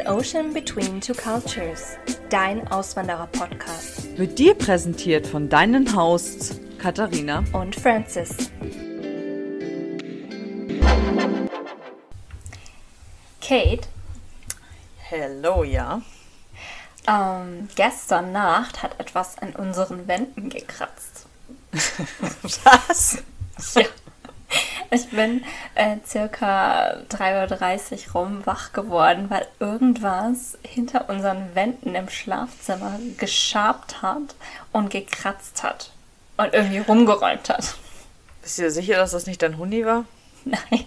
An Ocean Between Two Cultures, dein Auswanderer-Podcast. Wird dir präsentiert von deinen Hosts Katharina und Francis. Kate. Hello, ja. Gestern Nacht hat etwas an unseren Wänden gekratzt. Was? Ja. Ich bin circa 3:30 Uhr rum wach geworden, weil irgendwas hinter unseren Wänden im Schlafzimmer geschabt hat und gekratzt hat und irgendwie rumgeräumt hat. Bist du dir sicher, dass das nicht dein Hundi war? Nein.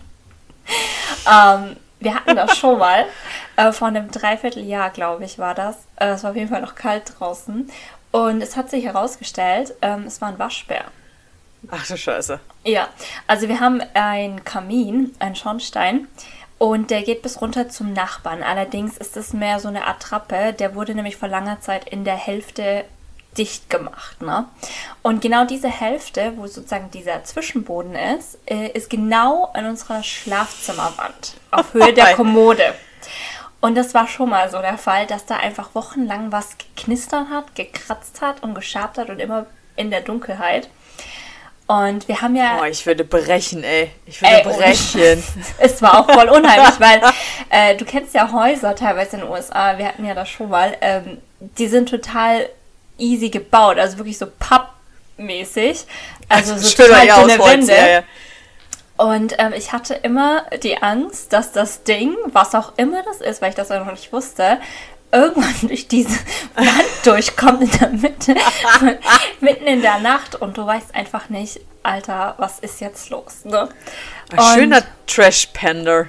Wir hatten das schon mal, vor einem Dreivierteljahr, glaube ich, war das. Es war auf jeden Fall noch kalt draußen. Und es hat sich herausgestellt, es war ein Waschbär. Ach du Scheiße. Ja, also wir haben einen Kamin, einen Schornstein, und der geht bis runter zum Nachbarn. Allerdings ist es mehr so eine Attrappe, der wurde nämlich vor langer Zeit in der Hälfte dicht gemacht, ne? Und genau diese Hälfte, wo sozusagen dieser Zwischenboden ist genau an unserer Schlafzimmerwand, auf Höhe der Kommode. Und das war schon mal so der Fall, dass da einfach wochenlang was geknistert hat, gekratzt hat und geschabt hat und immer in der Dunkelheit. Und wir haben ja... Oh, ich würde brechen, ey. Ich würde brechen. Es war auch voll unheimlich, weil du kennst ja Häuser teilweise in den USA, wir hatten ja das schon mal, die sind total easy gebaut, also wirklich so pappmäßig, also so total dünne Wände. Ja. Und ich hatte immer die Angst, dass das Ding, was auch immer das ist, weil ich das auch noch nicht wusste, irgendwann durch diese Wand durchkommt in der Mitte, mitten in der Nacht, und du weißt einfach nicht, Alter, was ist jetzt los? Ne? Ein schöner Trash-Panda.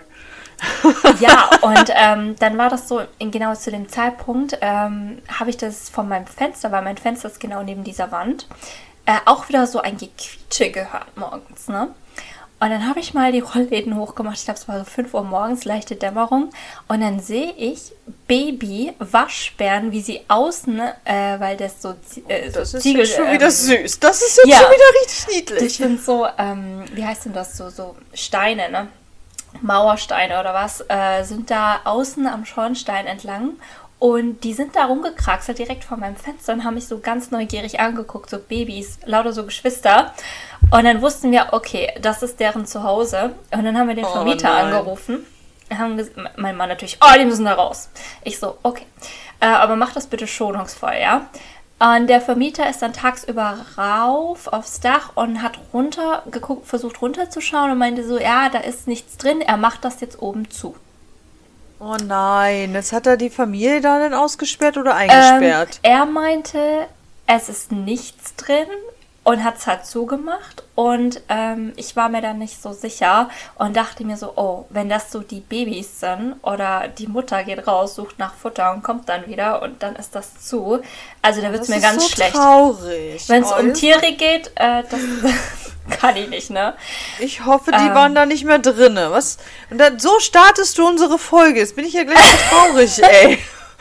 Ja, und dann war das so, genau zu dem Zeitpunkt, habe ich das von meinem Fenster, weil mein Fenster ist genau neben dieser Wand, auch wieder so ein Gequietsche gehört morgens, ne? Und dann habe ich mal die Rollläden hochgemacht, ich glaube, es war so 5 Uhr morgens, leichte Dämmerung, und dann sehe ich Baby-Waschbären, wie sie außen, weil das so das ist Ziegel, schon wieder süß, das ist jetzt schon wieder richtig niedlich. Das sind so, wie heißt denn das, so Steine, ne? Mauersteine oder was, sind da außen am Schornstein entlang, und die sind da rumgekraxelt direkt vor meinem Fenster und haben mich so ganz neugierig angeguckt, so Babys, lauter so Geschwister. Und dann wussten wir, okay, das ist deren Zuhause. Und dann haben wir den Vermieter angerufen. Mein Mann natürlich, die müssen da raus. Ich so, okay, aber mach das bitte schonungsvoll, ja? Und der Vermieter ist dann tagsüber rauf aufs Dach und hat runtergeguckt, versucht runterzuschauen und meinte so, ja, da ist nichts drin, er macht das jetzt oben zu. Oh nein, jetzt hat er die Familie da denn ausgesperrt oder eingesperrt? Er meinte, es ist nichts drin und hat es halt zugemacht, und ich war mir dann nicht so sicher und dachte mir so, oh, wenn das so die Babys sind oder die Mutter geht raus, sucht nach Futter und kommt dann wieder und dann ist das zu. Also da wird es mir ganz so schlecht. Traurig. Wenn es um Tiere geht, das kann ich nicht, ne? Ich hoffe, die waren da nicht mehr drinne. Was? Und dann, so startest du unsere Folge. Jetzt bin ich ja gleich so traurig, ey.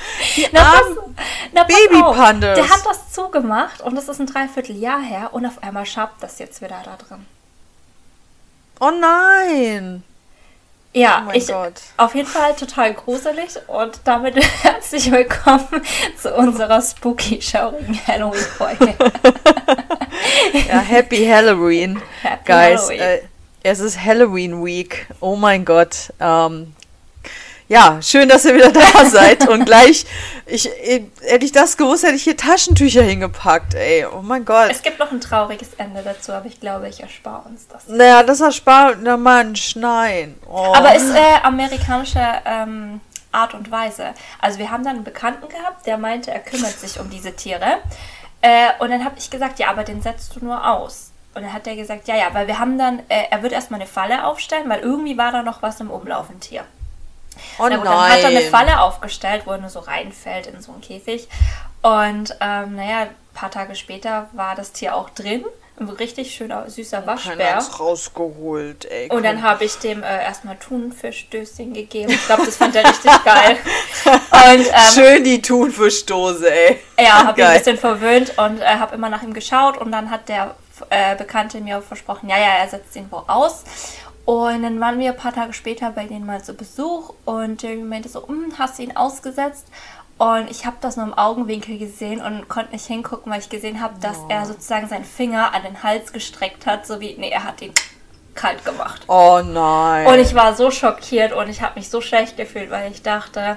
Baby-Pandas. Der hat das zugemacht und das ist ein Dreivierteljahr her und auf einmal schabt das jetzt wieder da drin. Oh nein. Ja, oh Gott. Auf jeden Fall total gruselig, und damit herzlich willkommen zu unserer spooky-schaurigen Halloween-Folge. Ja, Happy Halloween, Happy guys. Halloween. Es ist Halloween Week. Oh mein Gott. Ja, schön, dass ihr wieder da seid. Und gleich, hätte ich das gewusst, hätte ich hier Taschentücher hingepackt, ey. Oh mein Gott. Es gibt noch ein trauriges Ende dazu, aber ich glaube, ich erspare uns das. Naja, das erspart, na Mensch, nein. Oh. Aber ist amerikanische Art und Weise. Also wir haben dann einen Bekannten gehabt, der meinte, er kümmert sich um diese Tiere. Und dann habe ich gesagt, ja, aber den setzt du nur aus. Und dann hat er gesagt, ja, weil wir haben dann, er wird erstmal eine Falle aufstellen, weil irgendwie war da noch was im Umlauf, ein Tier. Oh Dann hat er eine Falle aufgestellt, wo er nur so reinfällt in so einen Käfig. Und ein paar Tage später war das Tier auch drin. Ein richtig schöner, süßer Waschbär. Keiner hat's rausgeholt, ey. Und dann habe ich dem erstmal Thunfischstößchen gegeben. Ich glaube, das fand er richtig geil. Und, schön die Thunfischdose, ey. Ja, habe ihn ein bisschen verwöhnt und habe immer nach ihm geschaut. Und dann hat der Bekannte mir versprochen, ja, er setzt ihn wo aus. Und dann waren wir ein paar Tage später bei denen mal zu Besuch und Jeremy meinte so, hast du ihn ausgesetzt? Und ich habe das nur im Augenwinkel gesehen und konnte nicht hingucken, weil ich gesehen habe, dass er sozusagen seinen Finger an den Hals gestreckt hat, er hat ihn kalt gemacht. Oh nein. Und ich war so schockiert und ich habe mich so schlecht gefühlt, weil ich dachte,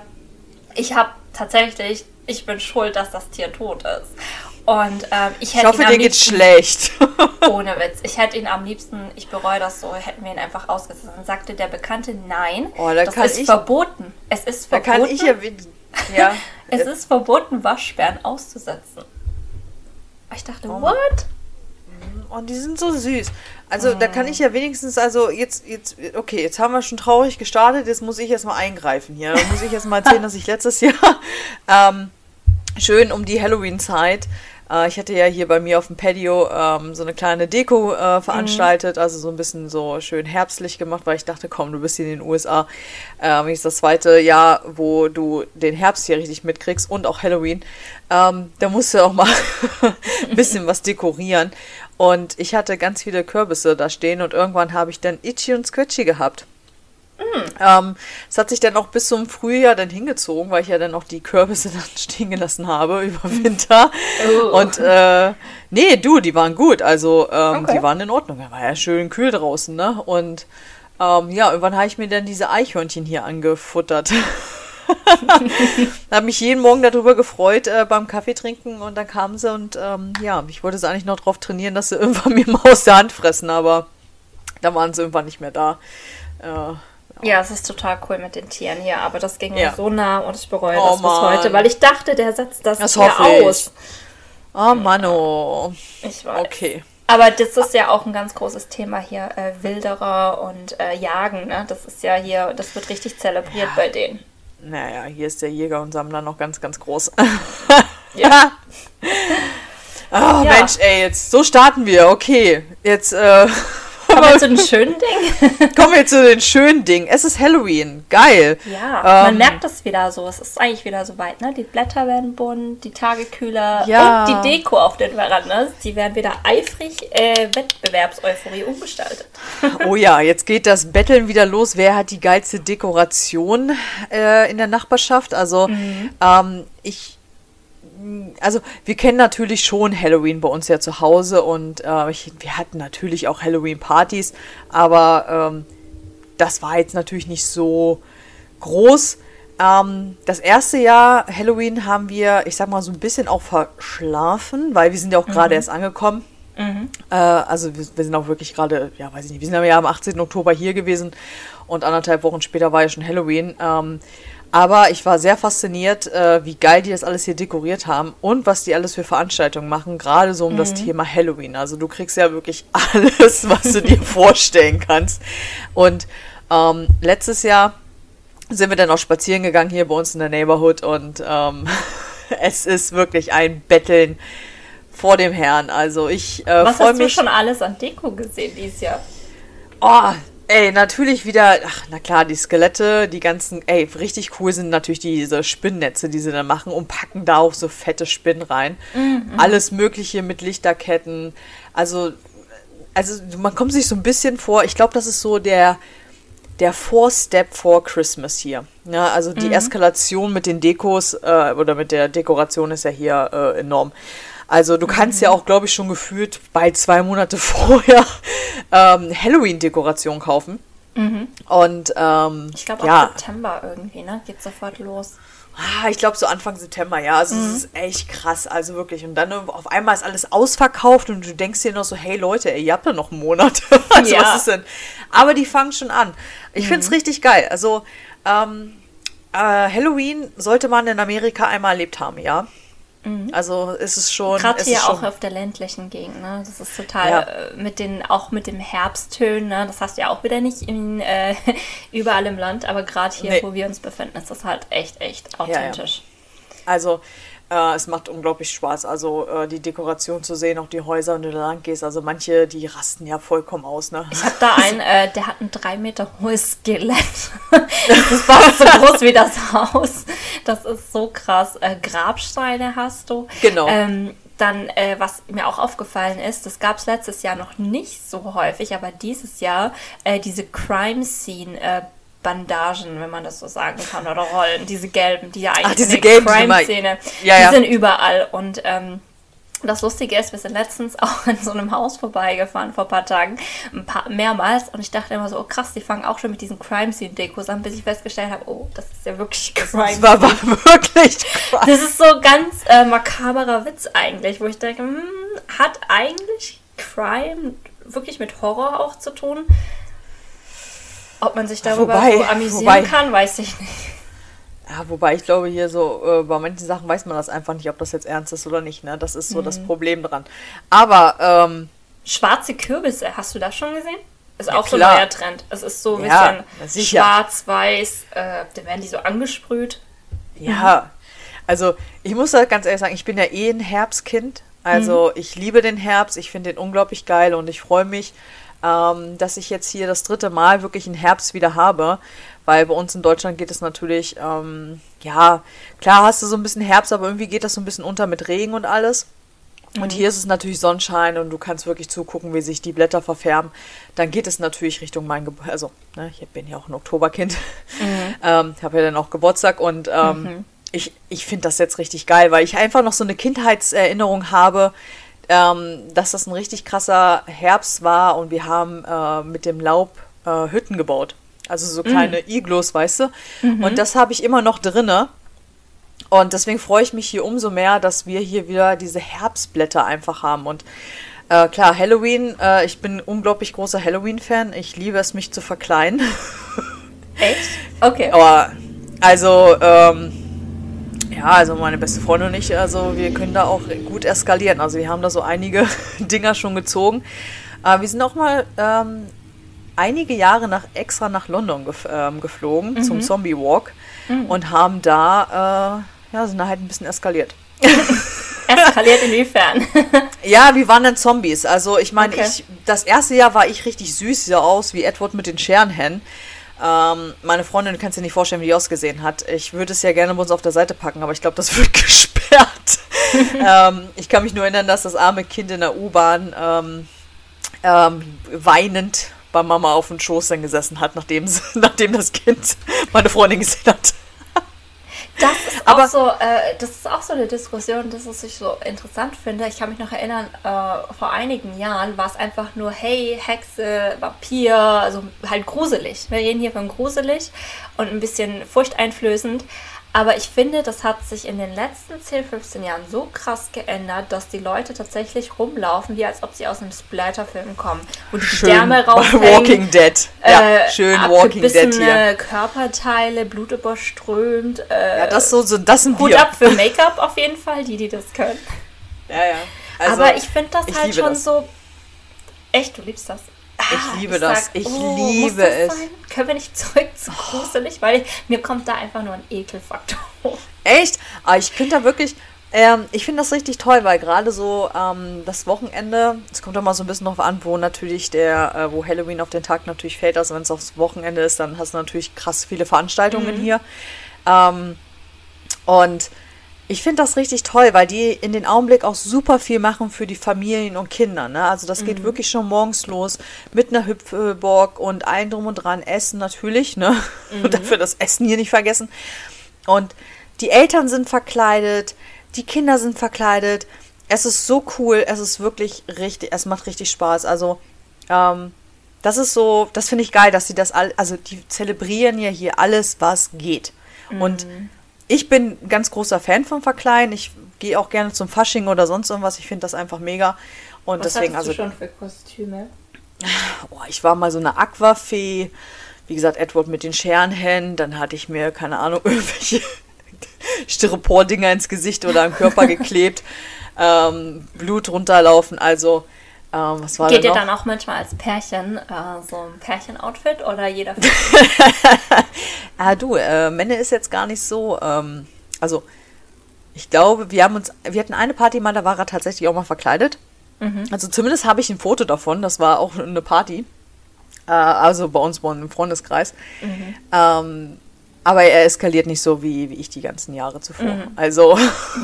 ich bin schuld, dass das Tier tot ist. Und ich hoffe, dir geht's schlecht. Ohne Witz. Ich hätte ihn am liebsten, ich bereue das so, hätten wir ihn einfach ausgesetzt. Dann sagte der Bekannte, nein, das ist verboten. Es ist verboten. Da kann ich ja. Es ist verboten, Waschbären auszusetzen. Ich dachte, what? Und die sind so süß. Also da kann ich ja wenigstens, also jetzt haben wir schon traurig gestartet, jetzt muss ich erstmal eingreifen hier. Da muss ich erstmal erzählen, dass ich letztes Jahr schön um die Halloween-Zeit, ich hatte ja hier bei mir auf dem Patio so eine kleine Deko veranstaltet, also so ein bisschen so schön herbstlich gemacht, weil ich dachte, komm, du bist hier in den USA, ist das zweite Jahr, wo du den Herbst hier richtig mitkriegst und auch Halloween, da musst du auch mal ein bisschen was dekorieren. Und ich hatte ganz viele Kürbisse da stehen und irgendwann habe ich dann Itchy und Scratchy gehabt. Es hat sich dann auch bis zum Frühjahr dann hingezogen, weil ich ja dann auch die Kürbisse dann stehen gelassen habe über Winter. Und die waren gut. Also die waren in Ordnung. Da war ja schön kühl draußen, ne? Und irgendwann habe ich mir dann diese Eichhörnchen hier angefuttert. Habe mich jeden Morgen darüber gefreut beim Kaffee trinken und dann kamen sie und ich wollte sie eigentlich noch drauf trainieren, dass sie irgendwann mir mal aus der Hand fressen, aber da waren sie irgendwann nicht mehr da. Ja, es ist total cool mit den Tieren hier, aber das ging mir so nah und ich bereue das bis heute, weil ich dachte, der setzt das Tier aus. Oh Mann, oh. Ich weiß. Okay. Aber das ist ja auch ein ganz großes Thema hier, Wilderer und Jagen, ne? Das ist ja hier, das wird richtig zelebriert bei denen. Naja, hier ist der Jäger und Sammler noch ganz, ganz groß. Ja. Mensch, ey, jetzt, so starten wir, okay. Jetzt, kommen wir zu den schönen Dingen. Kommen wir zu den schönen Dingen. Es ist Halloween. Geil. Ja, man merkt das wieder so. Es ist eigentlich wieder so weit, ne? Die Blätter werden bunt, die Tage kühler und die Deko auf den Verandas, die werden wieder eifrig Wettbewerbseuphorie umgestaltet. Oh ja, jetzt geht das Betteln wieder los. Wer hat die geilste Dekoration in der Nachbarschaft? Also, wir kennen natürlich schon Halloween bei uns ja zu Hause und wir hatten natürlich auch Halloween-Partys, aber das war jetzt natürlich nicht so groß. Das erste Jahr Halloween haben wir, ich sag mal, so ein bisschen auch verschlafen, weil wir sind ja auch gerade erst angekommen. Also wir sind auch wirklich gerade, weiß ich nicht, wir sind ja am 18. Oktober hier gewesen und 1,5 Wochen später war ja schon Halloween. Aber ich war sehr fasziniert, wie geil die das alles hier dekoriert haben und was die alles für Veranstaltungen machen, gerade so um das Thema Halloween. Also du kriegst ja wirklich alles, was du dir vorstellen kannst. Und letztes Jahr sind wir dann auch spazieren gegangen hier bei uns in der Neighborhood und es ist wirklich ein Betteln vor dem Herrn. Also ich freue mich. Was hast du schon alles an Deko gesehen dieses Jahr? Oh, ey, natürlich wieder, na klar, die Skelette, die ganzen, richtig cool sind natürlich diese Spinnnetze, die sie dann machen und packen da auch so fette Spinnen rein. Alles Mögliche mit Lichterketten. Also man kommt sich so ein bisschen vor, ich glaube, das ist so der 4-Step vor Christmas hier. Ja, also die Eskalation mit den Dekos oder mit der Dekoration ist ja hier enorm. Also du kannst ja auch, glaube ich, schon gefühlt bei 2 Monate vorher Halloween-Dekoration kaufen. Und ich glaube ab September irgendwie, ne? Geht sofort los. Ich glaube so Anfang September, ja. Also es ist echt krass, also wirklich. Und dann auf einmal ist alles ausverkauft und du denkst dir noch so, hey Leute, ihr habt ja noch einen Monat. Also was ist denn? Aber die fangen schon an. Ich finde es richtig geil. Also Halloween sollte man in Amerika einmal erlebt haben, ja. Also ist es schon. Gerade hier auch auf der ländlichen Gegend, ne? Das ist total auch mit dem Herbsttönen, ne? Das hast du ja auch wieder nicht überall im Land, aber gerade hier, wo wir uns befinden, ist das halt echt authentisch. Ja. Also es macht unglaublich Spaß, also die Dekoration zu sehen, auch die Häuser, wenn du da lang gehst. Also manche, die rasten ja vollkommen aus, ne? Ich habe da einen, der hat ein 3 Meter hohes Skelett. Das ist fast so groß wie das Haus. Das ist so krass. Grabsteine hast du. Genau. Dann, was mir auch aufgefallen ist, das gab es letztes Jahr noch nicht so häufig, aber dieses Jahr diese Crime Scene Bandagen, wenn man das so sagen kann, oder Rollen, diese gelben, die ja eigentlich diese in der gelben, Crime-Szene, die sind überall. Und das Lustige ist, wir sind letztens auch in so einem Haus vorbeigefahren vor ein paar Tagen, mehrmals, und ich dachte immer so, oh krass, die fangen auch schon mit diesen Crime-Scene-Dekos an, bis ich festgestellt habe, oh, das ist ja wirklich Crime. Das war wirklich krass. Das ist so ganz makaberer Witz eigentlich, wo ich denke, hat eigentlich Crime wirklich mit Horror auch zu tun? Ob man sich darüber so amüsieren kann, weiß ich nicht. Ja, wobei ich glaube, hier so bei manchen Sachen weiß man das einfach nicht, ob das jetzt ernst ist oder nicht. Ne? Das ist so das Problem dran. Aber schwarze Kürbisse, hast du das schon gesehen? Ist auch klar. So ein neuer Trend. Es ist so ein bisschen schwarz-weiß, dann werden die so angesprüht. Ja, also ich muss da ganz ehrlich sagen, ich bin ja ein Herbstkind. Also ich liebe den Herbst, ich finde den unglaublich geil und ich freue mich, dass ich jetzt hier das 3. Mal wirklich einen Herbst wieder habe, weil bei uns in Deutschland geht es natürlich, klar hast du so ein bisschen Herbst, aber irgendwie geht das so ein bisschen unter mit Regen und alles. Und hier ist es natürlich Sonnenschein und du kannst wirklich zugucken, wie sich die Blätter verfärben. Dann geht es natürlich Richtung mein Geburtstag, also ich bin ja auch ein Oktoberkind, habe ja dann auch Geburtstag und ich finde das jetzt richtig geil, weil ich einfach noch so eine Kindheitserinnerung habe, dass das ein richtig krasser Herbst war und wir haben mit dem Laub Hütten gebaut. Also so kleine Iglus, weißt du? Und das habe ich immer noch drinne. Und deswegen freue ich mich hier umso mehr, dass wir hier wieder diese Herbstblätter einfach haben. Und klar, Halloween, ich bin ein unglaublich großer Halloween-Fan. Ich liebe es, mich zu verkleiden. Echt? Okay. Aber, also, also meine beste Freundin und ich, also wir können da auch gut eskalieren. Also wir haben da so einige Dinger schon gezogen. Wir sind auch mal einige Jahre extra nach London geflogen zum Zombie Walk und haben da, sind da halt ein bisschen eskaliert. Eskaliert inwiefern? Ja, wir waren dann Zombies. Also ich meine, das erste Jahr war ich richtig süß, sah aus wie Edward mit den Scherenhänden. Meine Freundin, du kannst dir nicht vorstellen, wie die ausgesehen hat. Ich würde es ja gerne bei uns auf der Seite packen, aber ich glaube, das wird gesperrt. Ich kann mich nur erinnern, dass das arme Kind in der U-Bahn weinend bei Mama auf dem Schoß dann gesessen hat, nachdem das Kind meine Freundin gesehen hat. Das ist auch so eine Diskussion, das was ich so interessant finde. Ich kann mich noch erinnern, vor einigen Jahren war es einfach nur, hey, Hexe, Vampir, also halt gruselig. Wir reden hier von gruselig und ein bisschen furchteinflößend. Aber ich finde, das hat sich in den letzten 10, 15 Jahren so krass geändert, dass die Leute tatsächlich rumlaufen, wie als ob sie aus einem Splatterfilm kommen. Wo die Därme raushängen. Walking Dead. Ja, schön Walking Dead hier. Körperteile, Blut überströmt. Das sind wir. Hut ab für Make-up auf jeden Fall, die das können. Ja. Also, aber ich finde das halt schon das. So... Echt, du liebst das? Ich liebe das. Ich liebe es. Sein? Können wir nicht zurück zu gruselig? Weil mir kommt da einfach nur ein Ekelfaktor hoch. Echt? Aber ich finde da wirklich, ich finde das richtig toll, weil gerade so das Wochenende, es kommt doch mal so ein bisschen noch an, wo natürlich wo Halloween auf den Tag natürlich fällt. Also wenn es aufs Wochenende ist, dann hast du natürlich krass viele Veranstaltungen hier. Und ich finde das richtig toll, weil die in den Augenblick auch super viel machen für die Familien und Kinder. Ne? Also das geht wirklich schon morgens los mit einer Hüpfburg und allem drum und dran. Essen natürlich, ne? Und dafür das Essen hier nicht vergessen. Und die Eltern sind verkleidet, die Kinder sind verkleidet. Es ist so cool, es ist wirklich richtig, es macht richtig Spaß. Also das ist so, das finde ich geil, dass sie das also die zelebrieren ja hier alles, was geht. Und ich bin ein ganz großer Fan vom Verkleiden. Ich gehe auch gerne zum Fasching oder sonst irgendwas. Ich finde das einfach mega. Und was deswegen, hattest du schon für Kostüme? Ich war mal so eine Aquafee. Wie gesagt, Edward mit den Scherenhänden. Dann hatte ich mir, keine Ahnung, irgendwelche Styropor-Dinger ins Gesicht oder am Körper geklebt. Blut runterlaufen. Also, was war Geht ihr noch? dann auch manchmal als Pärchen, so ein Pärchen-Outfit oder jeder für Männer ist jetzt gar nicht so, also ich glaube, wir hatten eine Party mal, da war er tatsächlich auch mal verkleidet. Also zumindest habe ich ein Foto davon, das war auch eine Party, also bei uns im Freundeskreis. Aber er eskaliert nicht so wie ich die ganzen Jahre zuvor. Also,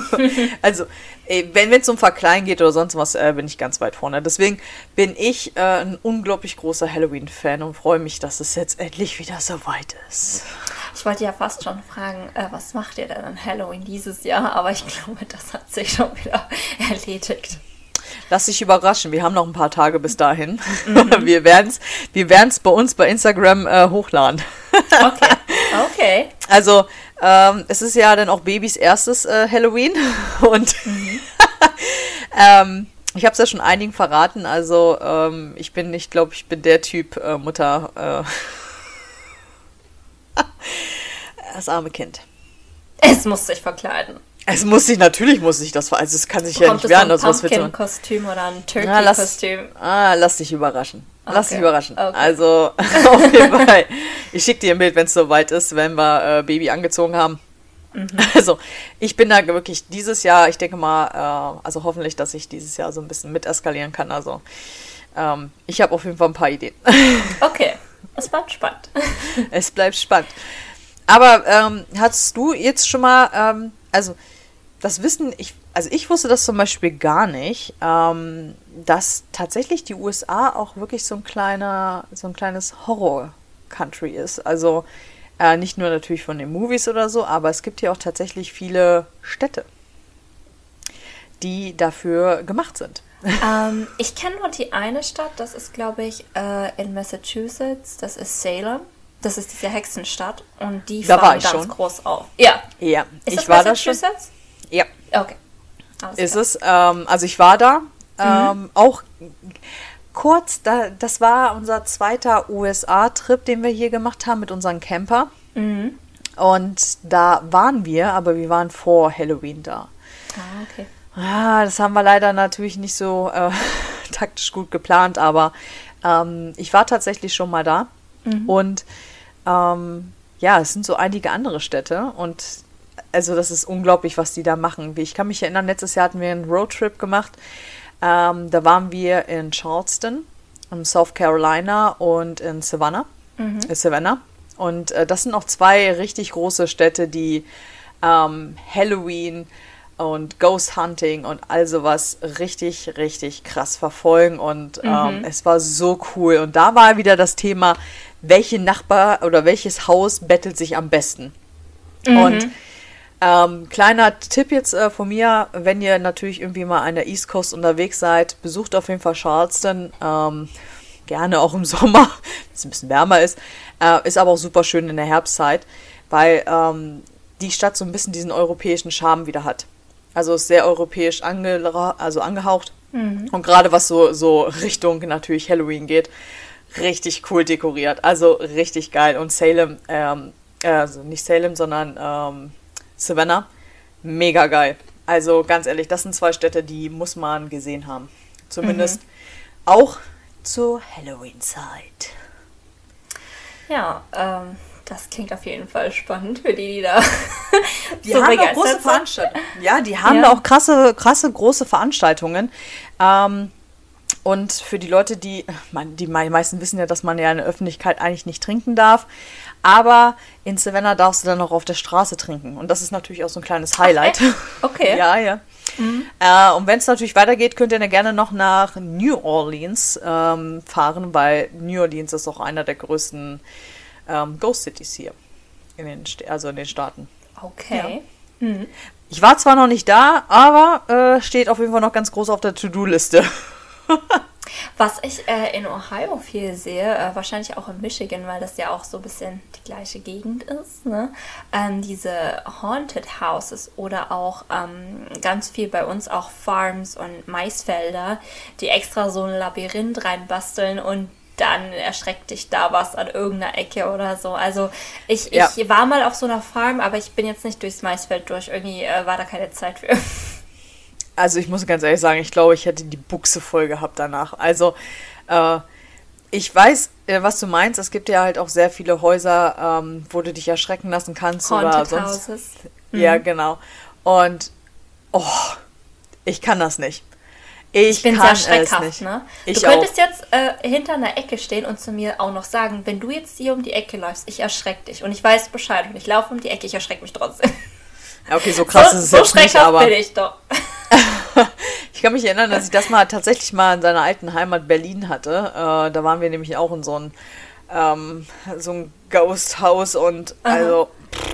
wenn es um Verkleiden geht oder sonst was, bin ich ganz weit vorne. Deswegen bin ich ein unglaublich großer Halloween-Fan und freue mich, dass es jetzt endlich wieder so weit ist. Ich wollte ja fast schon fragen, was macht ihr denn an Halloween dieses Jahr? Aber ich glaube, das hat sich schon wieder erledigt. Lass dich überraschen, wir haben noch ein paar Tage bis dahin. Wir werden's bei uns bei Instagram hochladen. Okay. Also, es ist ja dann auch Babys erstes Halloween und ich habe es ja schon einigen verraten, also ich bin der Typ Mutter, das arme Kind. Es muss sich verkleiden. Natürlich muss sich das, also es kann sich ja nicht wehren. Kommt es so ein Pumpkin-Kostüm oder ein Turkey-Kostüm? Lass dich überraschen. Okay. Also, auf jeden Fall. Ich schicke dir ein Bild, wenn es soweit ist, wenn wir Baby angezogen haben. Also, ich bin da wirklich dieses Jahr, ich denke mal, also hoffentlich, dass ich dieses Jahr so ein bisschen mit eskalieren kann. Also, ich habe auf jeden Fall ein paar Ideen. Okay, es bleibt spannend. Es bleibt spannend. Aber hast du jetzt schon mal, also das Wissen, ich wusste das zum Beispiel gar nicht, dass tatsächlich die USA auch wirklich so ein kleines Horror-Country ist. Also nicht nur natürlich von den Movies oder so, aber es gibt hier auch tatsächlich viele Städte, die dafür gemacht sind. Ich kenne nur die eine Stadt, das ist, glaube ich, in Massachusetts, das ist Salem. Das ist diese Hexenstadt und die fahren ganz groß auf. Ja. Ja, ist ich war da schon. Ja. Okay. Ist es. Also ich war da. Auch kurz, das war unser zweiter USA-Trip, den wir hier gemacht haben mit unserem Camper. Und da waren wir, aber wir waren vor Halloween da. Okay. Ja, das haben wir leider natürlich nicht so taktisch gut geplant, aber ich war tatsächlich schon mal da. Und es sind so einige andere Städte und also das ist unglaublich, was die da machen. Ich kann mich erinnern, letztes Jahr hatten wir einen Roadtrip gemacht. Da waren wir in Charleston, in South Carolina und in Savannah. Und das sind auch zwei richtig große Städte, die Halloween und Ghost Hunting und all sowas richtig, richtig krass verfolgen. Und es war so cool. Und da war wieder das Thema, welche Nachbar oder welches Haus bettelt sich am besten. Und kleiner Tipp jetzt von mir, wenn ihr natürlich irgendwie mal an der East Coast unterwegs seid, besucht auf jeden Fall Charleston. Gerne auch im Sommer, wenn es ein bisschen wärmer ist. Ist aber auch super schön in der Herbstzeit, weil die Stadt so ein bisschen diesen europäischen Charme wieder hat. Also ist sehr europäisch angehaucht. Und gerade was so Richtung natürlich Halloween geht, richtig cool dekoriert. Also richtig geil. Und Salem, also nicht Salem, sondern Savannah, mega geil. Also ganz ehrlich, das sind zwei Städte, die muss man gesehen haben. Zumindest auch zur Halloween-Zeit. Ja, das klingt auf jeden Fall spannend für die da die so haben auch große Veranstaltungen. Ja, die haben da auch krasse, große Veranstaltungen. Und für die Leute, die meisten wissen ja, dass man ja in der Öffentlichkeit eigentlich nicht trinken darf. Aber in Savannah darfst du dann auch auf der Straße trinken. Und das ist natürlich auch so ein kleines Highlight. Okay. Ja. Und wenn es natürlich weitergeht, könnt ihr dann gerne noch nach New Orleans fahren, weil New Orleans ist auch einer der größten Ghost Cities hier. In den Staaten. Okay. Ja. Ich war zwar noch nicht da, aber steht auf jeden Fall noch ganz groß auf der To-Do-Liste. Was ich in Ohio viel sehe, wahrscheinlich auch in Michigan, weil das ja auch so ein bisschen die gleiche Gegend ist, ne? Diese Haunted Houses oder auch ganz viel bei uns auch Farms und Maisfelder, die extra so ein Labyrinth reinbasteln und dann erschreckt dich da was an irgendeiner Ecke oder so. Also ich war mal auf so einer Farm, aber ich bin jetzt nicht durchs Maisfeld durch. Irgendwie war da keine Zeit für. Also ich muss ganz ehrlich sagen, ich glaube, ich hätte die Buchse voll gehabt danach. Also ich weiß, was du meinst. Es gibt ja halt auch sehr viele Häuser, wo du dich erschrecken lassen kannst. Haunted oder sonst. Houses. Ja, genau. Und ich kann das nicht. Ich bin kann sehr es schreckhaft, nicht. ne? Ich Du könntest auch. jetzt hinter einer Ecke stehen und zu mir auch noch sagen, wenn du jetzt hier um die Ecke läufst, ich erschreck dich. Und ich weiß Bescheid und ich laufe um die Ecke, ich erschreck mich trotzdem. Ja, okay, so krass ist es So jetzt nicht, schreckhaft aber bin ich doch. ich kann mich erinnern, dass ich das mal tatsächlich mal in seiner alten Heimat Berlin hatte. Da waren wir nämlich auch in so ein Ghost-Haus und also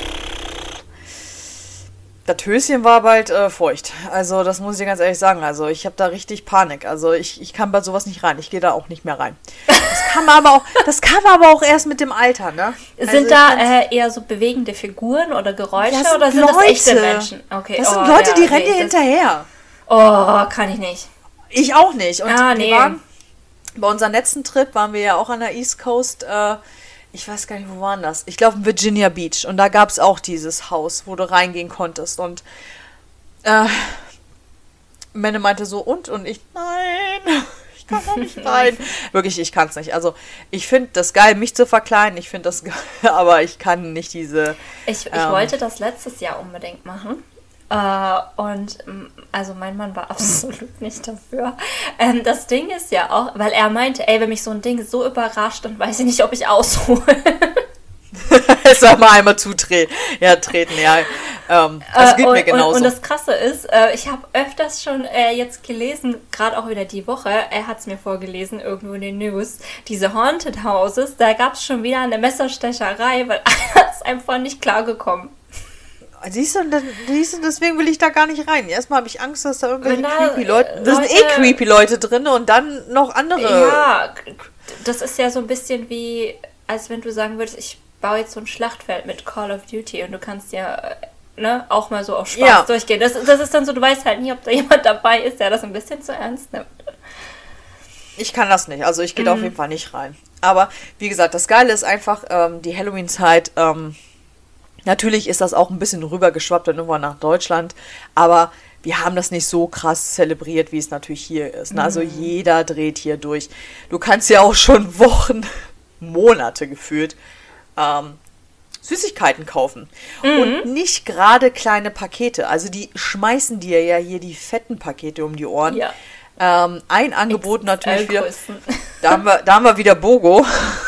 das Höschen war bald feucht. Also das muss ich dir ganz ehrlich sagen. Also ich habe da richtig Panik. Also ich kann bei sowas nicht rein. Ich gehe da auch nicht mehr rein. Das kam aber auch erst mit dem Alter, ne? Also Sind da eher so bewegende Figuren oder Geräusche das sind oder sind das Leute. echte Menschen? Okay. Das sind Leute, die rennen dir nee, hinterher. Oh, kann ich nicht. Ich auch nicht. Und Ah, wir nee. waren, bei unserem letzten Trip waren wir ja auch an der East Coast. Ich weiß gar nicht, wo waren das? Ich glaube in Virginia Beach. Und da gab es auch dieses Haus, wo du reingehen konntest. Und Menne meinte so, und ich, nein, ich kann da nicht rein. Wirklich, ich kann es nicht. Also ich finde das geil, mich zu verkleiden. Ich finde das geil, aber ich kann nicht diese... Ich wollte das letztes Jahr unbedingt machen. Also mein Mann war absolut nicht dafür. Das Ding ist ja auch, weil er meinte, ey, wenn mich so ein Ding so überrascht, dann weiß ich nicht, ob ich aushole. Es soll mal einmal zutreten. Ja, treten, ja. Das geht mir genauso. Und das Krasse ist, ich habe öfters schon jetzt gelesen, gerade auch wieder die Woche, er hat es mir vorgelesen, irgendwo in den News, diese Haunted Houses, da gab es schon wieder eine Messerstecherei, weil einer ist einfach nicht klargekommen. Siehst du, deswegen will ich da gar nicht rein. Erstmal habe ich Angst, dass da irgendwelche creepy Leute... Da sind creepy Leute drin und dann noch andere... Ja, das ist ja so ein bisschen wie, als wenn du sagen würdest, ich baue jetzt so ein Schlachtfeld mit Call of Duty und du kannst ja auch mal so auf Spaß durchgehen. Das ist dann so, du weißt halt nie, ob da jemand dabei ist, der das ein bisschen zu ernst nimmt. Ich kann das nicht. Also ich gehe da auf jeden Fall nicht rein. Aber wie gesagt, das Geile ist einfach, die Halloween-Zeit... Natürlich ist das auch ein bisschen rübergeschwappt dann irgendwann nach Deutschland, aber wir haben das nicht so krass zelebriert, wie es natürlich hier ist. Ne? Also jeder dreht hier durch. Du kannst ja auch schon Wochen, Monate gefühlt Süßigkeiten kaufen. Und nicht gerade kleine Pakete. Also die schmeißen dir ja hier die fetten Pakete um die Ohren. Ja. Ein Angebot natürlich wieder. Größen. Da haben wir wieder BOGO.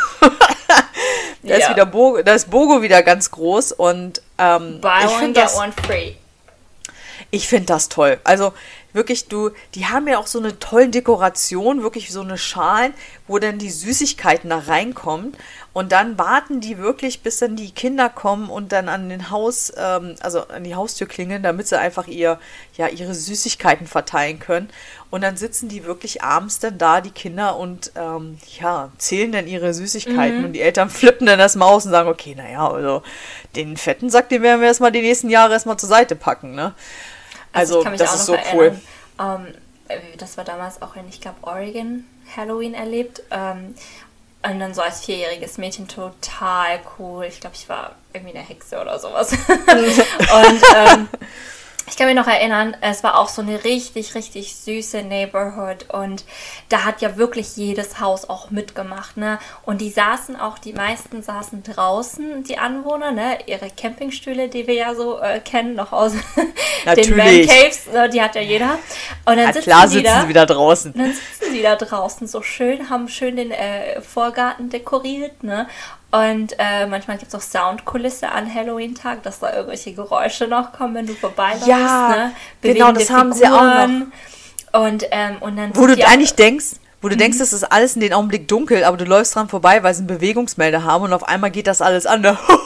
Da ist BOGO wieder ganz groß und Buy one, get one free. Ich finde das toll. Also wirklich, die haben ja auch so eine tolle Dekoration, wirklich so eine Schalen, wo dann die Süßigkeiten da reinkommen und dann warten die wirklich, bis dann die Kinder kommen und dann an den also an die Haustür klingeln, damit sie einfach ihre Süßigkeiten verteilen können. Und dann sitzen die wirklich abends dann da, die Kinder, und zählen dann ihre Süßigkeiten und die Eltern flippen dann das Maus und sagen, okay, naja, also den fetten Sack, den werden wir erstmal die nächsten Jahre erstmal zur Seite packen, ne? Also das ist so cool. Das war damals auch in, ich glaube, Oregon Halloween erlebt. Und dann so als 4-jähriges Mädchen total cool. Ich glaube, ich war irgendwie eine Hexe oder sowas. Und ich kann mich noch erinnern, es war auch so eine richtig, richtig süße Neighborhood und da hat ja wirklich jedes Haus auch mitgemacht, ne? Und die meisten saßen draußen, die Anwohner, ne? Ihre Campingstühle, die wir ja so kennen, noch aus den Man Caves, die hat ja jeder. Und dann sitzen sie wieder draußen. Dann sitzen sie da draußen so schön, haben schön den Vorgarten dekoriert, ne? Und manchmal gibt es auch Soundkulisse an Halloween-Tag, dass da irgendwelche Geräusche noch kommen, wenn du vorbeiläufst. Ja, ne? genau, das haben sie auch noch. Und dann wo du eigentlich denkst, es ist alles in dem Augenblick dunkel, aber du läufst dran vorbei, weil sie einen Bewegungsmelder haben und auf einmal geht das alles an.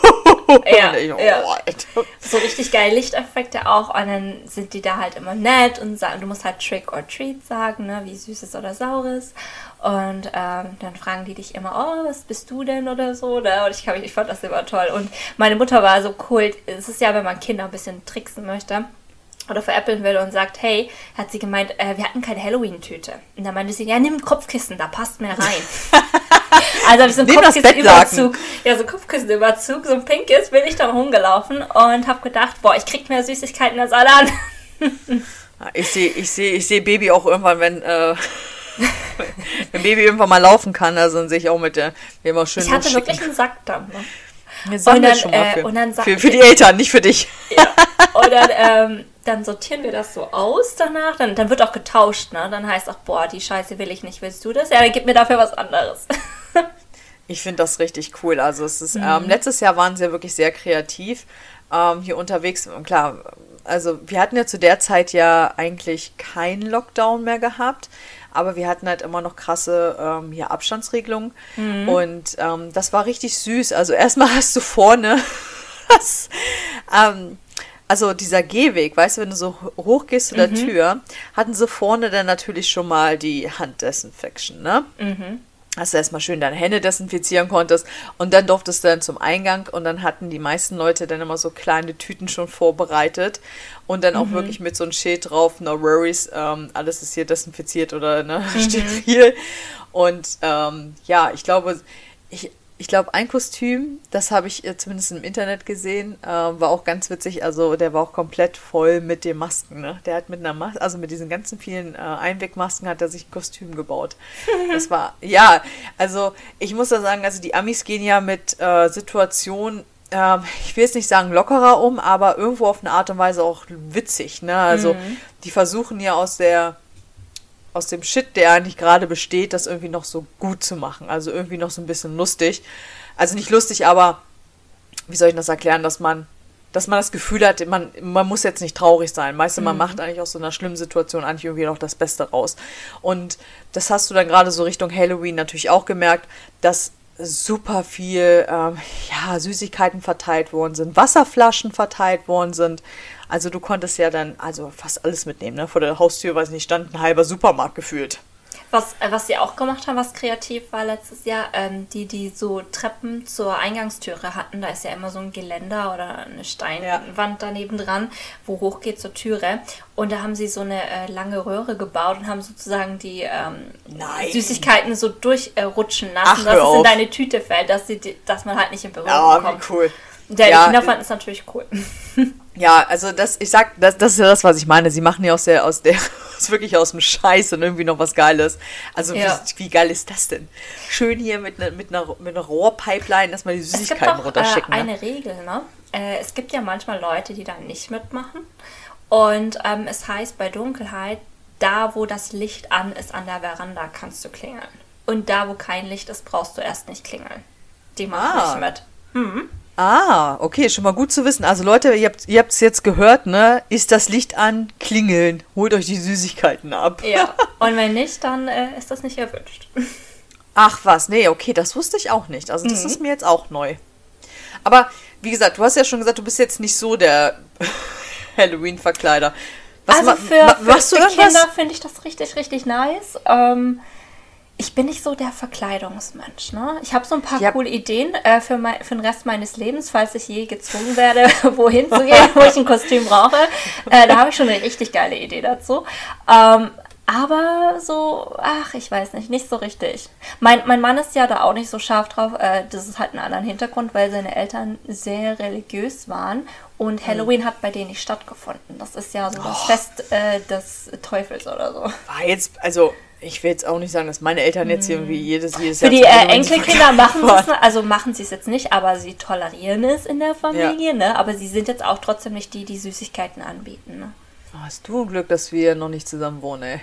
So richtig geile Lichteffekte auch. Und dann sind die da halt immer nett und sagen, du musst halt Trick or Treat sagen, ne? Wie Süßes oder Saures. Und dann fragen die dich immer, oh, was bist du denn oder so. Ne? Und ich fand das immer toll. Und meine Mutter war so cool. Es ist ja, wenn man Kinder ein bisschen tricksen möchte oder veräppeln will und sagt, hey, hat sie gemeint, wir hatten keine Halloween-Tüte. Und dann meinte sie, ja, nimm ein Kopfkissen, da passt mehr rein. Also habe ich so einen Kopfkissenüberzug, so ein pinkes, bin ich dann rumgelaufen und habe gedacht, boah, ich krieg mehr Süßigkeiten als alle anderen. Ich sehe Baby auch irgendwann, wenn Baby irgendwann mal laufen kann, also dann sehe ich auch mit der, wie immer schön. Ich hatte wirklich einen Sack dann, ne? Für die Eltern, nicht für dich. Ja. Und dann dann sortieren wir das so aus danach. Dann wird auch getauscht, ne? Dann heißt auch, boah, die Scheiße will ich nicht, willst du das? Ja, dann gib mir dafür was anderes. Ich finde das richtig cool. Also es ist, letztes Jahr waren sie ja wirklich sehr kreativ hier unterwegs. Und klar, also wir hatten ja zu der Zeit ja eigentlich keinen Lockdown mehr gehabt, aber wir hatten halt immer noch krasse hier Abstandsregelungen. Und das war richtig süß. Also erstmal hast du vorne das, also dieser Gehweg, weißt du, wenn du so hoch gehst zu der Tür, hatten sie vorne dann natürlich schon mal die Handdesinfection, ne? Dass du erstmal schön deine Hände desinfizieren konntest und dann durftest du dann zum Eingang und dann hatten die meisten Leute dann immer so kleine Tüten schon vorbereitet und dann auch wirklich mit so einem Schild drauf, no worries, alles ist hier desinfiziert oder ne, steril. Und ja, ich glaube, ein Kostüm, das habe ich zumindest im Internet gesehen, war auch ganz witzig. Also der war auch komplett voll mit den Masken. Ne? Der hat mit einer Maske, also mit diesen ganzen vielen Einwegmasken, hat er sich ein Kostüm gebaut. Das war, ja, also ich muss da sagen, also die Amis gehen ja mit Situationen, ich will jetzt nicht sagen lockerer um, aber irgendwo auf eine Art und Weise auch witzig. Ne? Also die versuchen ja aus dem Shit, der eigentlich gerade besteht, das irgendwie noch so gut zu machen. Also irgendwie noch so ein bisschen lustig. Also nicht lustig, aber wie soll ich das erklären, dass man das Gefühl hat, man muss jetzt nicht traurig sein. Weißt du, man macht eigentlich aus so einer schlimmen Situation eigentlich irgendwie noch das Beste raus. Und das hast du dann gerade so Richtung Halloween natürlich auch gemerkt, dass super viel Süßigkeiten verteilt worden sind, Wasserflaschen verteilt worden sind. Also du konntest ja dann also fast alles mitnehmen. Ne? Vor der Haustür, weiß nicht, stand ein halber Supermarkt gefühlt. Was sie auch gemacht haben, was kreativ war letztes Jahr, die so Treppen zur Eingangstüre hatten, da ist ja immer so ein Geländer oder eine Steinwand daneben dran, wo hoch geht zur Türe. Und da haben sie so eine lange Röhre gebaut und haben sozusagen die Süßigkeiten so durchrutschen lassen, dass es in deine Tüte fällt, dass man halt nicht in Berührung kommt. Wie cool. Die Kinder fanden es natürlich cool. Ja, also das ist ja das, was ich meine. Sie machen ja wirklich aus dem Scheiß und irgendwie noch was Geiles. Also wie geil ist das denn? Schön hier mit einer Rohrpipeline, dass man die Süßigkeiten runterschicken. Es gibt eine Regel, ne? Es gibt ja manchmal Leute, die da nicht mitmachen. Und es heißt bei Dunkelheit, da wo das Licht an ist an der Veranda, kannst du klingeln. Und da wo kein Licht ist, brauchst du erst nicht klingeln. Die machen nicht mit. Okay, schon mal gut zu wissen. Also Leute, ihr habt es jetzt gehört, ne? Ist das Licht an, klingeln. Holt euch die Süßigkeiten ab. Ja, und wenn nicht, dann ist das nicht erwünscht. Ach was, nee, okay, das wusste ich auch nicht. Also das ist mir jetzt auch neu. Aber wie gesagt, du hast ja schon gesagt, du bist jetzt nicht so der Halloween-Verkleider. Für Kinder finde ich das richtig, richtig nice. Ich bin nicht so der Verkleidungsmensch, ne? Ich habe so ein paar coole Ideen für den Rest meines Lebens, falls ich je gezwungen werde, wohin zu gehen, wo ich ein Kostüm brauche. Da habe ich schon eine richtig geile Idee dazu. Aber so, ich weiß nicht so richtig. Mein Mann ist ja da auch nicht so scharf drauf. Das ist halt einen anderen Hintergrund, weil seine Eltern sehr religiös waren und Halloween hat bei denen nicht stattgefunden. Das ist ja so das Fest des Teufels oder so. War jetzt, also ich will jetzt auch nicht sagen, dass meine Eltern jetzt hier irgendwie jedes Jahr... Für die Enkelkinder machen sie es jetzt nicht, aber sie tolerieren es in der Familie, ne? Aber sie sind jetzt auch trotzdem nicht die Süßigkeiten anbieten, ne? Hast du ein Glück, dass wir noch nicht zusammen wohnen, ey.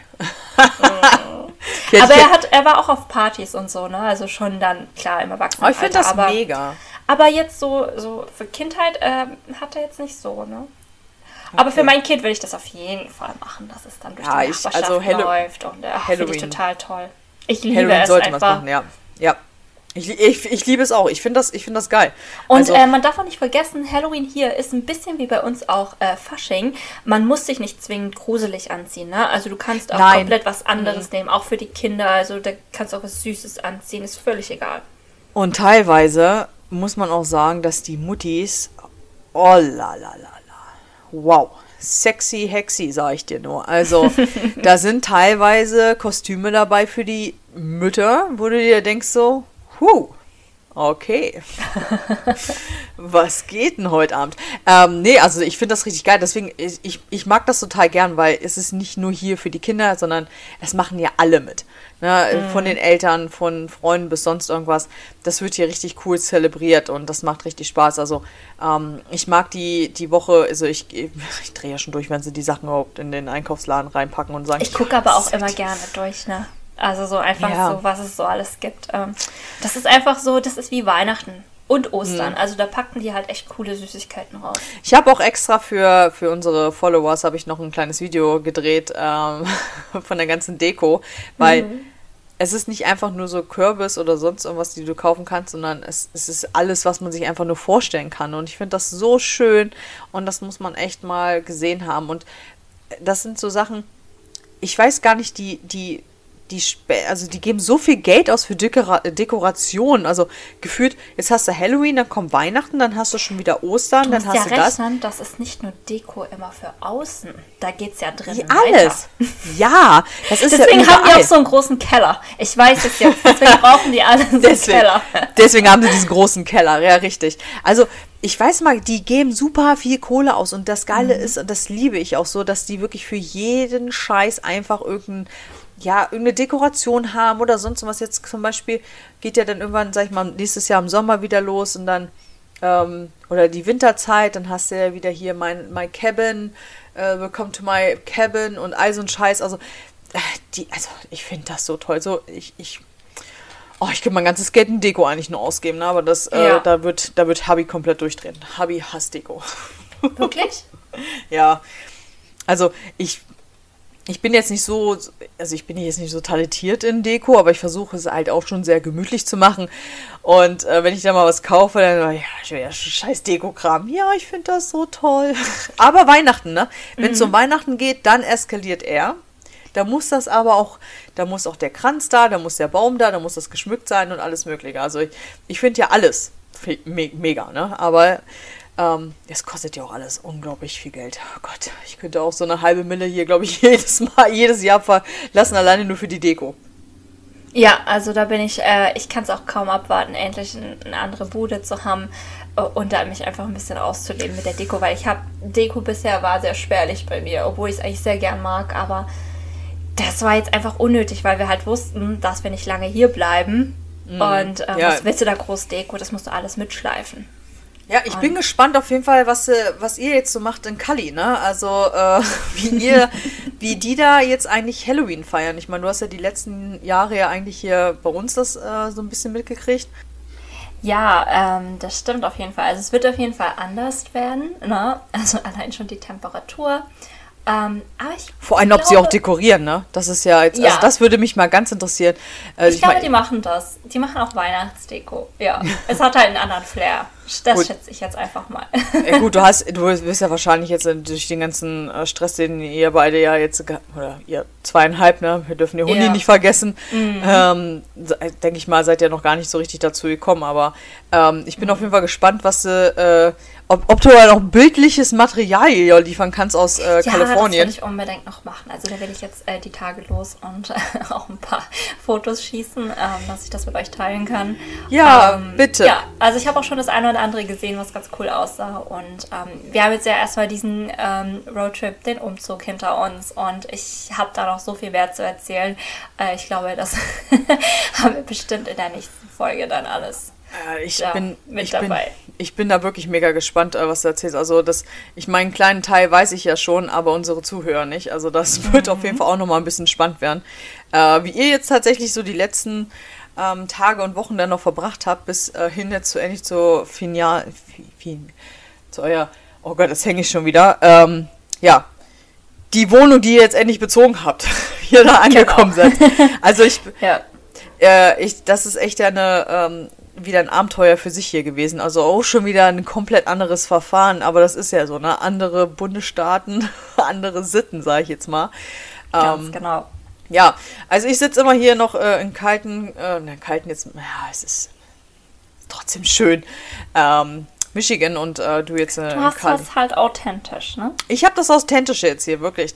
Aber er war auch auf Partys und so, ne? Also schon dann, klar, im Erwachsenenalter. Ich finde das mega. Aber jetzt so für Kindheit hat er jetzt nicht so, ne? Aber für mein Kind will ich das auf jeden Fall machen, dass es dann durch die Nachbarschaft läuft. Und finde ich total toll. Ich liebe Halloween es sollte einfach. Man machen, ja. Ich liebe es auch. Ich finde das geil. Und man darf auch nicht vergessen, Halloween hier ist ein bisschen wie bei uns auch Fasching. Man muss sich nicht zwingend gruselig anziehen. Ne? Also du kannst auch komplett was anderes nehmen, auch für die Kinder. Also da kannst du auch was Süßes anziehen, ist völlig egal. Und teilweise muss man auch sagen, dass die Muttis, oh la la la. Wow, sexy, hexy, sag ich dir nur. Also, da sind teilweise Kostüme dabei für die Mütter, wo du dir denkst so, Okay. Was geht denn heute Abend? Nee, also ich finde das richtig geil. Deswegen, ich mag das total gern, weil es ist nicht nur hier für die Kinder, sondern es machen ja alle mit. Ne? Von den Eltern, von Freunden bis sonst irgendwas. Das wird hier richtig cool zelebriert und das macht richtig Spaß. Also ich mag die Woche, also ich drehe ja schon durch, wenn sie die Sachen überhaupt in den Einkaufsladen reinpacken und sagen. Ich gucke aber auch immer gerne durch, ne? Also so einfach so, was es so alles gibt. Das ist einfach so, das ist wie Weihnachten und Ostern. Also da packen die halt echt coole Süßigkeiten raus. Ich habe auch extra für unsere Followers habe ich noch ein kleines Video gedreht von der ganzen Deko, weil es ist nicht einfach nur so Kürbis oder sonst irgendwas, die du kaufen kannst, sondern es ist alles, was man sich einfach nur vorstellen kann. Und ich finde das so schön und das muss man echt mal gesehen haben. Und das sind so Sachen, ich weiß gar nicht, die geben so viel Geld aus für Dekoration. Also gefühlt, jetzt hast du Halloween, dann kommt Weihnachten, dann hast du schon wieder Ostern, dann hast du das. Das ist nicht nur Deko immer für außen. Da geht es ja drin alles. Ja, das ist deswegen ja haben die auch so einen großen Keller. Ich weiß es jetzt. Deswegen brauchen die alle so einen Keller. Deswegen haben sie diesen großen Keller. Ja, richtig. Also ich weiß mal, die geben super viel Kohle aus und das Geile ist, und das liebe ich auch so, dass die wirklich für jeden Scheiß einfach irgendeine Dekoration haben oder sonst was. Jetzt zum Beispiel geht ja dann irgendwann, sag ich mal, nächstes Jahr im Sommer wieder los und dann, oder die Winterzeit, dann hast du ja wieder hier my cabin, welcome to my cabin und all so ein Scheiß. Also ich finde das so toll. So, ich könnte mein ganzes Geld in Deko eigentlich nur ausgeben, ne? Aber da wird Hubby komplett durchdrehen. Hubby hasst Deko. Wirklich? Ja. Also ich bin jetzt nicht so, talentiert in Deko, aber ich versuche es halt auch schon sehr gemütlich zu machen. Und wenn ich da mal was kaufe, dann, scheiß Deko-Kram. Ja, ich finde das so toll. Aber Weihnachten, ne? Wenn es um Weihnachten geht, dann eskaliert er. Da muss das aber auch, da muss auch der Kranz da muss der Baum da muss das geschmückt sein und alles Mögliche. Also ich finde ja alles mega, ne? Aber es kostet ja auch alles unglaublich viel Geld. Oh Gott, ich könnte auch so eine halbe Mille hier, glaube ich, jedes Jahr verlassen, alleine nur für die Deko. Ja, also da bin ich kann es auch kaum abwarten, endlich eine andere Bude zu haben und da mich einfach ein bisschen auszuleben mit der Deko, weil Deko bisher war sehr spärlich bei mir, obwohl ich es eigentlich sehr gern mag, aber das war jetzt einfach unnötig, weil wir halt wussten, dass wir nicht lange hier bleiben und was willst du da groß Deko, das musst du alles mitschleifen. Ja, ich bin gespannt auf jeden Fall, was ihr jetzt so macht in Cali, ne? Also, wie die da jetzt eigentlich Halloween feiern. Ich meine, du hast ja die letzten Jahre ja eigentlich hier bei uns das so ein bisschen mitgekriegt. Ja, das stimmt auf jeden Fall. Also es wird auf jeden Fall anders werden, ne? Also allein schon die Temperatur. Aber vor allem, ob sie auch dekorieren, ne? Das ist ja jetzt, also das würde mich mal ganz interessieren. Ich glaube, die machen das. Die machen auch Weihnachtsdeko. Ja, es hat halt einen anderen Flair. Das gut. Schätze ich jetzt einfach mal. Ja, gut, du wirst ja wahrscheinlich jetzt durch den ganzen Stress, den ihr beide ja jetzt, oder ihr 2,5, ne? Wir dürfen die Hundi nicht vergessen. Denke ich mal, seid ihr noch gar nicht so richtig dazu gekommen, aber ich bin auf jeden Fall gespannt, was ob du ja noch bildliches Material hier liefern kannst aus Kalifornien. Ja, das will ich unbedingt noch machen. Also da will ich jetzt die Tage los und auch ein paar Fotos schießen, dass ich das mit euch teilen kann. Ja, bitte. Ja, also ich habe auch schon das eine oder andere gesehen, was ganz cool aussah. Und wir haben jetzt ja erstmal diesen Roadtrip, den Umzug hinter uns. Und ich habe da noch so viel mehr zu erzählen. Ich glaube, das haben wir bestimmt in der nächsten Folge dann alles. Ich bin da wirklich mega gespannt, was du erzählst. Also ich meinen kleinen Teil weiß ich ja schon, aber unsere Zuhörer nicht. Also das wird auf jeden Fall auch nochmal ein bisschen spannend werden. Wie ihr jetzt tatsächlich so die letzten Tage und Wochen dann noch verbracht habt, bis hin jetzt zu euer, oh Gott, das hänge ich schon wieder. Die Wohnung, die ihr jetzt endlich bezogen habt, hier da angekommen seid. Also das ist echt wieder ein Abenteuer für sich hier gewesen. Also auch schon wieder ein komplett anderes Verfahren, aber das ist ja so, ne? Andere Bundesstaaten, andere Sitten, sage ich jetzt mal. Ganz genau. Ja, also ich sitze immer hier noch in kalten jetzt, es ist trotzdem schön, Michigan und du jetzt Du hast das halt authentisch, ne? Ich habe das Authentische jetzt hier, wirklich.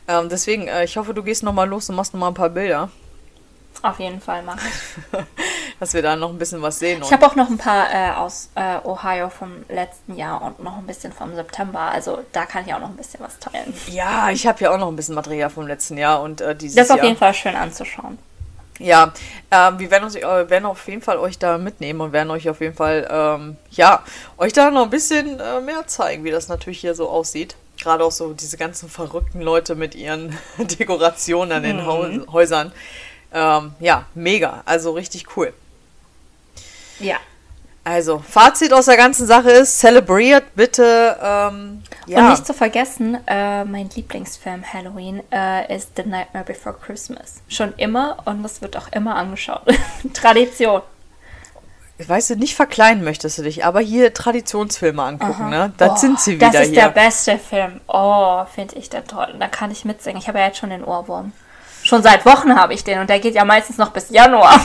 Deswegen, ich hoffe, du gehst nochmal los und machst nochmal ein paar Bilder. Auf jeden Fall mache ich. dass wir da noch ein bisschen was sehen. Ich habe auch noch ein paar aus Ohio vom letzten Jahr und noch ein bisschen vom September. Also da kann ich auch noch ein bisschen was teilen. Ja, ich habe ja auch noch ein bisschen Material vom letzten Jahr und dieses Das ist Jahr. auf jeden Fall schön anzuschauen. Ja, wir werden auf jeden Fall euch da mitnehmen und werden euch auf jeden Fall, euch da noch ein bisschen mehr zeigen, wie das natürlich hier so aussieht. Gerade auch so diese ganzen verrückten Leute mit ihren Dekorationen an den Häusern. Mega. Also richtig cool. Ja. Also, Fazit aus der ganzen Sache ist, zelebriert bitte, Und nicht zu vergessen, mein Lieblingsfilm Halloween ist The Nightmare Before Christmas. Schon immer und das wird auch immer angeschaut. Tradition. Weißt du, nicht verkleinen möchtest du dich, aber hier Traditionsfilme angucken, ne? Das sind sie wieder hier. Das ist der beste Film. Oh, finde ich der toll. Und da kann ich mitsingen. Ich habe ja jetzt schon den Ohrwurm. Schon seit Wochen habe ich den und der geht ja meistens noch bis Januar.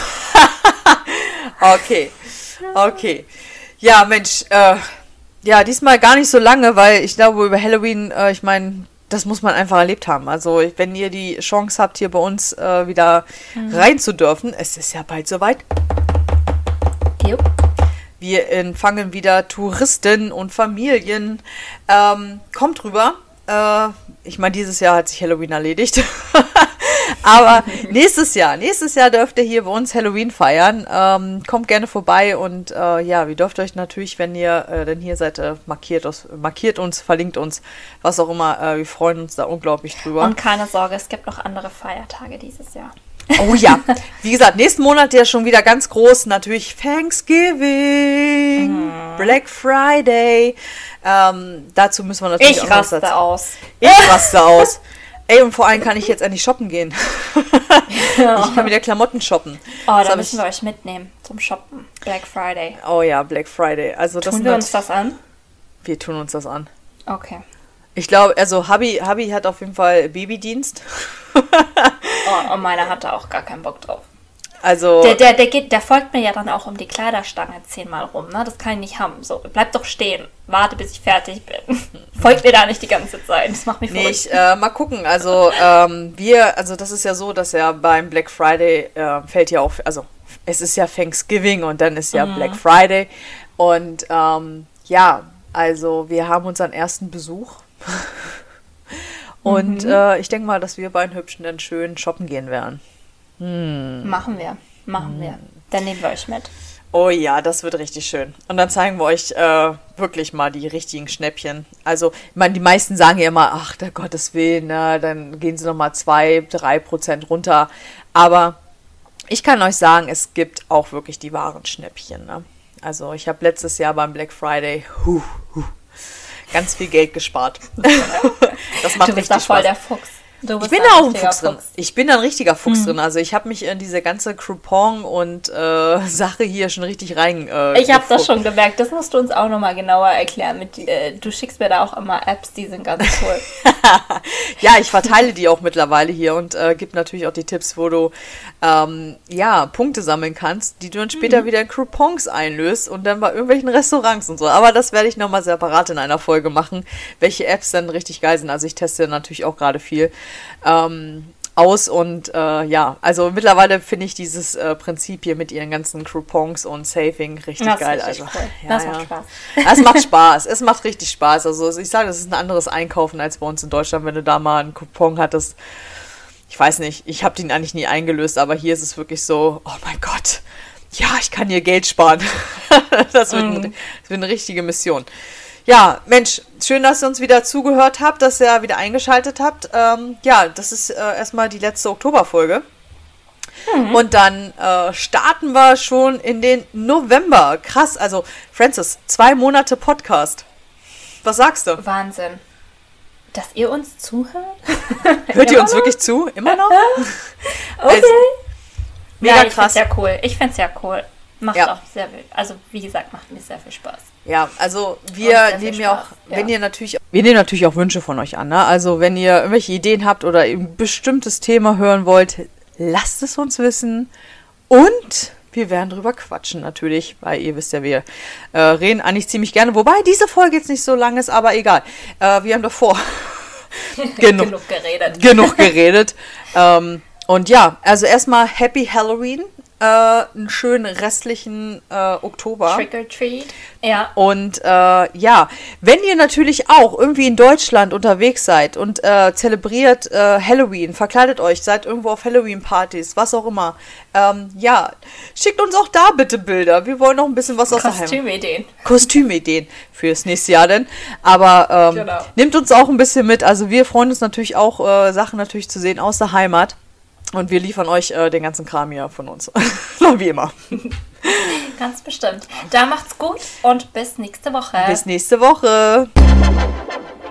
Okay. Ja, Mensch, diesmal gar nicht so lange, weil ich glaube, über Halloween, ich meine, das muss man einfach erlebt haben. Also, wenn ihr die Chance habt, hier bei uns wieder rein zu dürfen, es ist ja bald soweit. Jupp. Wir empfangen wieder Touristen und Familien. Kommt rüber. Ich meine, dieses Jahr hat sich Halloween erledigt. Aber nächstes Jahr dürft ihr hier bei uns Halloween feiern. Kommt gerne vorbei und ihr dürft euch natürlich, wenn ihr denn hier seid, markiert uns, verlinkt uns, was auch immer. Wir freuen uns da unglaublich drüber. Und keine Sorge, es gibt noch andere Feiertage dieses Jahr. Oh ja, wie gesagt, nächsten Monat ja schon wieder ganz groß, natürlich Thanksgiving, Black Friday. Dazu müssen wir natürlich Ich raste aus. Ey, und vor allem kann ich jetzt endlich shoppen gehen. Ich kann wieder Klamotten shoppen. Oh, da müssen wir euch mitnehmen zum Shoppen. Black Friday. Oh ja, Black Friday. Also Tun wir uns das an? Wir tun uns das an. Okay. Ich glaube, also Hubby hat auf jeden Fall Babydienst. Und meiner hatte auch gar keinen Bock drauf. Also Der folgt mir ja dann auch um die Kleiderstange 10-mal rum, ne? Das kann ich nicht haben. So, bleib doch stehen. Warte, bis ich fertig bin. Folgt mir da nicht die ganze Zeit. Das macht mich verrückt. Mal gucken. Also, das ist ja so, dass ja beim Black Friday fällt ja auf, also es ist ja Thanksgiving und dann ist ja Black Friday. Und also wir haben unseren ersten Besuch. Und ich denke mal, dass wir beiden Hübschen dann schön shoppen gehen werden. Machen wir. Dann nehmen wir euch mit. Oh ja, das wird richtig schön. Und dann zeigen wir euch wirklich mal die richtigen Schnäppchen. Also, ich meine, die meisten sagen ja immer, ach, der Gottes Willen, na, dann gehen sie nochmal 2-3% runter. Aber ich kann euch sagen, es gibt auch wirklich die wahren Schnäppchen. Ne? Also, ich habe letztes Jahr beim Black Friday ganz viel Geld gespart. Das macht du bist richtig da voll Spaß. der Fuchs. Ich bin da auch ein Fuchs drin. Ich bin da ein richtiger Fuchs drin. Also ich habe mich in diese ganze Coupon und Sache hier schon richtig rein. Ich habe das schon gemerkt. Das musst du uns auch nochmal genauer erklären. Du schickst mir da auch immer Apps, die sind ganz cool. Ja, ich verteile die auch mittlerweile hier und gebe natürlich auch die Tipps, wo du Punkte sammeln kannst, die du dann später wieder in Coupons einlöst und dann bei irgendwelchen Restaurants und so. Aber das werde ich nochmal separat in einer Folge machen, welche Apps dann richtig geil sind. Also ich teste natürlich auch gerade viel aus und also mittlerweile finde ich dieses Prinzip hier mit ihren ganzen Coupons und Saving richtig geil. Richtig also cool. Das macht Spaß. Es macht Spaß. Es macht richtig Spaß. Also ich sage, das ist ein anderes Einkaufen als bei uns in Deutschland, wenn du da mal einen Coupon hattest. Ich weiß nicht, ich habe den eigentlich nie eingelöst, aber hier ist es wirklich so, oh mein Gott, ja, ich kann hier Geld sparen. Das wird eine richtige Mission. Ja, Mensch, schön, dass ihr uns wieder zugehört habt, dass ihr wieder eingeschaltet habt. Das ist erstmal die letzte Oktoberfolge. Und dann starten wir schon in den November. Krass, also Francis, 2 Monate Podcast. Was sagst du? Wahnsinn. Dass ihr uns zuhört? Hört ihr uns wirklich zu? Immer noch? Okay. Also, mega krass. Ich find's ja cool. Macht auch sehr viel. Also, wie gesagt, macht mir sehr viel Spaß. Ja, also wir nehmen ja auch, wir nehmen natürlich auch Wünsche von euch an. Ne? Also wenn ihr irgendwelche Ideen habt oder ein bestimmtes Thema hören wollt, lasst es uns wissen. Und wir werden drüber quatschen natürlich, weil ihr wisst ja, wir reden eigentlich ziemlich gerne. Wobei diese Folge jetzt nicht so lang ist, aber egal. Wir haben davor genug geredet. Und ja, also erstmal Happy Halloween. einen schönen restlichen Oktober. Trick or Treat. Ja. Und ja, wenn ihr natürlich auch irgendwie in Deutschland unterwegs seid und zelebriert Halloween, verkleidet euch, seid irgendwo auf Halloween-Partys, was auch immer, ja, schickt uns auch da bitte Bilder. Wir wollen noch ein bisschen was aus der Heimat. Kostümideen fürs nächste Jahr denn. Aber Genau. Nehmt uns auch ein bisschen mit. Also wir freuen uns natürlich auch, Sachen natürlich zu sehen aus der Heimat. Und wir liefern euch den ganzen Kram hier von uns. Wie immer. Ganz bestimmt. Da macht's gut und bis nächste Woche. Bis nächste Woche.